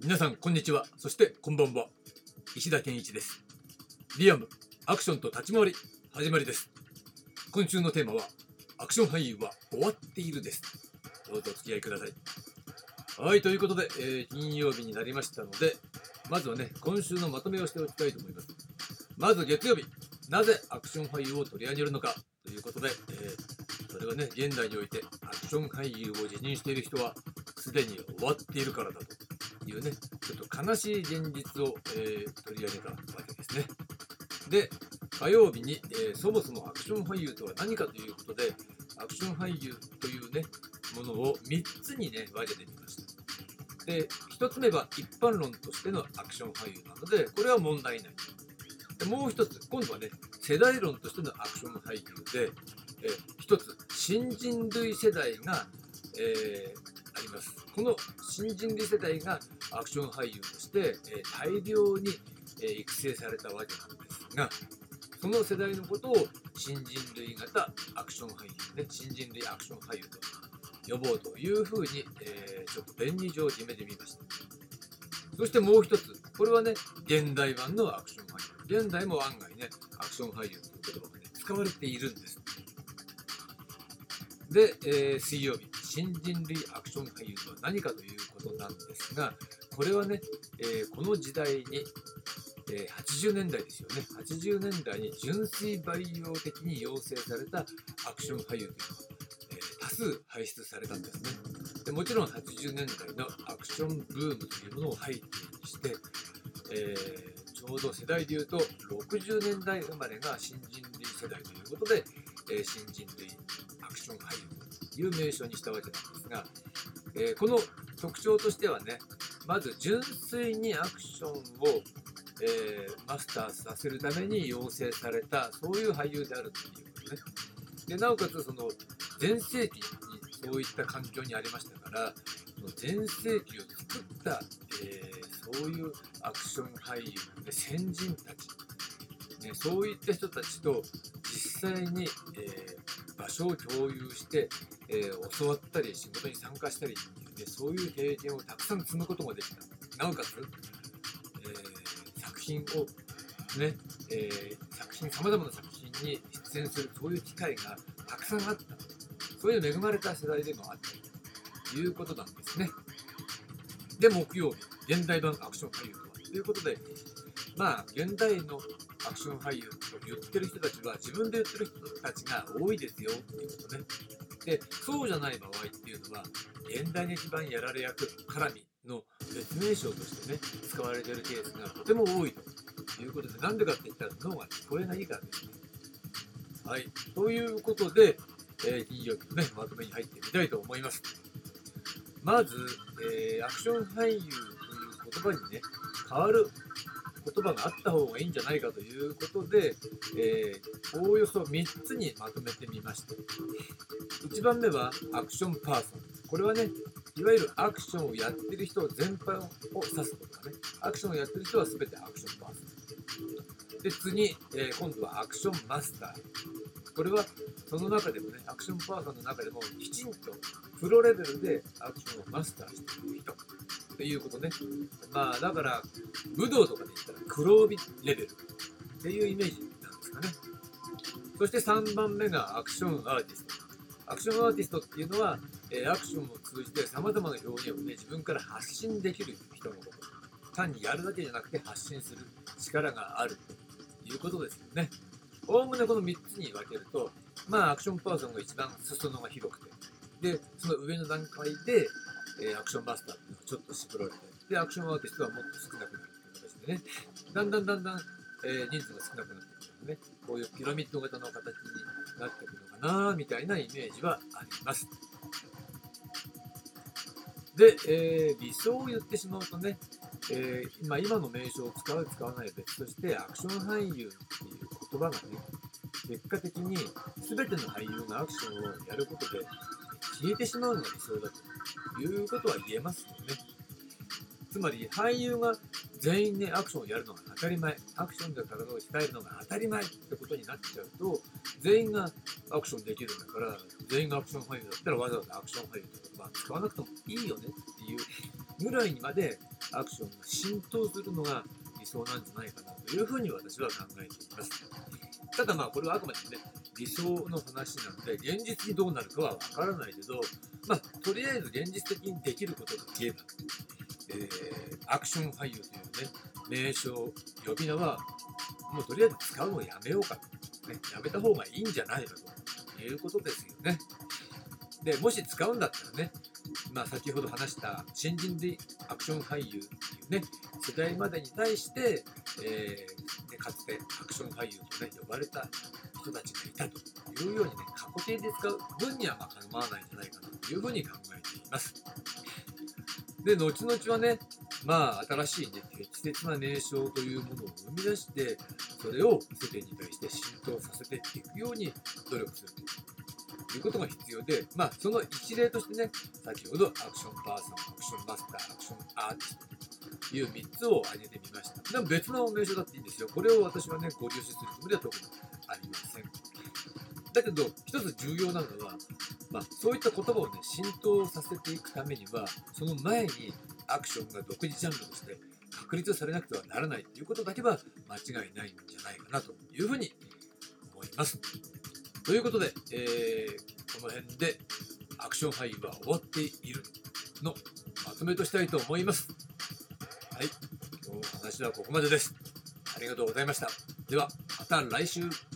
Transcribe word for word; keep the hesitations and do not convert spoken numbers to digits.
皆さんこんにちは。そしてこんばんは。石田健一です。リアムアクションと立ち回り始まりです。今週のテーマはアクション俳優は終わっているです。どうぞお付き合いください。はい、ということで、えー、金曜日になりましたので、まずはね今週のまとめをしておきたいと思います。まず月曜日、なぜアクション俳優を取り上げるのかということで、えー、それはね現代においてアクション俳優を自認している人はすでに終わっているからだというね、ちょっと悲しい現実を、えー、取り上げたわけですね。で、火曜日に、えー、そもそもアクション俳優とは何かということで、アクション俳優というねものをみっつにね分けてみました。で、ひとつめは一般論としてのアクション俳優なので、これは問題ない。でもう一つ、今度はね世代論としてのアクション俳優で、えー、一つ新人類世代が、えー、あります。この新人類世代がアクション俳優として、えー、大量に、えー、育成されたわけなんですが、その世代のことを新人類型アクション俳優、ね、新人類アクション俳優と呼ぼうというふうに、えー、ちょっと便宜上決めてみました。そしてもう一つ、これはね現代版のアクション俳優。現代も案外ねアクション俳優という言葉がね使われているんです。で、えー、水曜日、新人類アクション俳優とは何かということなんですが、これはね、えー、この時代に、えー、はちじゅうねんだいですよね。はちじゅうねんだいに純粋培養的に養成されたアクション俳優というのが、えー、多数輩出されたんですね。でもちろんはちじゅうねんだいのアクションブームというものを背景にして、えー、ちょうど世代でいうとろくじゅうねんだい生まれが新人類世代ということで、えー、新人類アクション俳優という名称にしたわけなんですが、えー、この特徴としてはね、まず純粋にアクションを、えー、マスターさせるために養成されたそういう俳優であるということね。でなおかつその全盛期にそういった環境にありましたから、その全盛期を作った、えー、そういうアクション俳優で先人たち、ね、そういった人たちと実際に、えー、場所を共有して、えー、教わったり仕事に参加したりっていう、ね、そういう経験をたくさん積むことができた。なおかつ、えー、作品をね、えー、作品さまざまな作品に出演するそういう機会がたくさんあった。そういう恵まれた世代でもあったということなんですね。で、木曜日、現代版アクション俳優とはということで、まあ現代のアクション俳優と言ってる人たちは自分で言ってる人たちが多いですよっていうことね。で、そうじゃない場合っていうのは、現代に一番やられ役絡みの別名称としてね使われているケースがとても多いということで、なんでかって言ったら脳が聞こえないからですね。はい、ということで、えー、金曜日の、ね、まとめに入ってみたいと思います。まず、えー、アクション俳優という言葉にね変わる言葉があった方がいいんじゃないかということで、えー、おおよそみっつにまとめてみました。いちばんめはアクションパーソン。これはねいわゆるアクションをやってる人全般を指すことかね。アクションをやってる人は全てアクションパーソンで、次、えー、今度はアクションマスター。これはその中でもねアクションパーソンの中でもきちんとプロレベルでアクションをマスターしている人ということね。まあだから武道とかで言ったら黒帯レベルっていうイメージなんですかね。そしてさんばんめがアクションアーティスト。アクションアーティストっていうのは、えー、アクションを通じてさまざまな表現をね自分から発信できる人のこと。単にやるだけじゃなくて発信する力があるということですよね。おおむねこのみっつに分けると、まあアクションパーソンが一番裾野が広くて、でその上の段階で、えー、アクションマスターっていうのがちょっと絞られて、でアクションアーティストはもっと少なくなるという形でね、だんだんだんだん、えー、人数が少なくなってくるのでね、こういうピラミッド型の形になってくるのかなみたいなイメージはあります。で、えー、理想を言ってしまうとね、えー、今今の名称を使う使わない別として、アクション俳優っていう言葉がね結果的に全ての俳優がアクションをやることで消えてしまうのが理想だということは言えますよね。つまり俳優が全員でアクションをやるのが当たり前、アクションで体を鍛えるのが当たり前ってことになっちゃうと、全員がアクションできるんだから全員がアクション俳優だったらわざわざアクション俳優って言葉は使わなくてもいいよねっていうぐらいにまでアクションが浸透するのが理想なんじゃないかなというふうに私は考えています。ただまあこれはあくまでもね理想の話なので現実にどうなるかはわからないけど、まあとりあえず現実的にできることといえば、えー、アクション俳優というね名称呼び名はもうとりあえず使うのをやめようかと、ね、やめた方がいいんじゃないかということですよね。でもし使うんだったらね、まあ、先ほど話した新人類アクション俳優っていうね世代までに対して、えー、ね、かつてアクション俳優とね呼ばれた人たちがいたというようにね過去形で使う分にはまあ構わないんじゃないかなというふうに考えています。で後々はねまあ新しいね適切な名称というものを生み出してそれを世間に対して浸透させていくように努力するということが必要で、まあその一例としてね先ほどアクションパーソン、アクションマスター、アクションアーティストというみっつを挙げてみました。でも別の名称だっていいんですよ。これを私はねご了承するつもりは特にありません。だけど一つ重要なのは、まあ、そういった言葉をね浸透させていくためにはその前にアクションが独自ジャンルとして確立されなくてはならないということだけは間違いないんじゃないかなというふうに思います。ということで、えー、この辺でアクション俳優は終わっているのまとめとしたいと思います。はい、今日の話はここまでです。ありがとうございました。ではまた来週。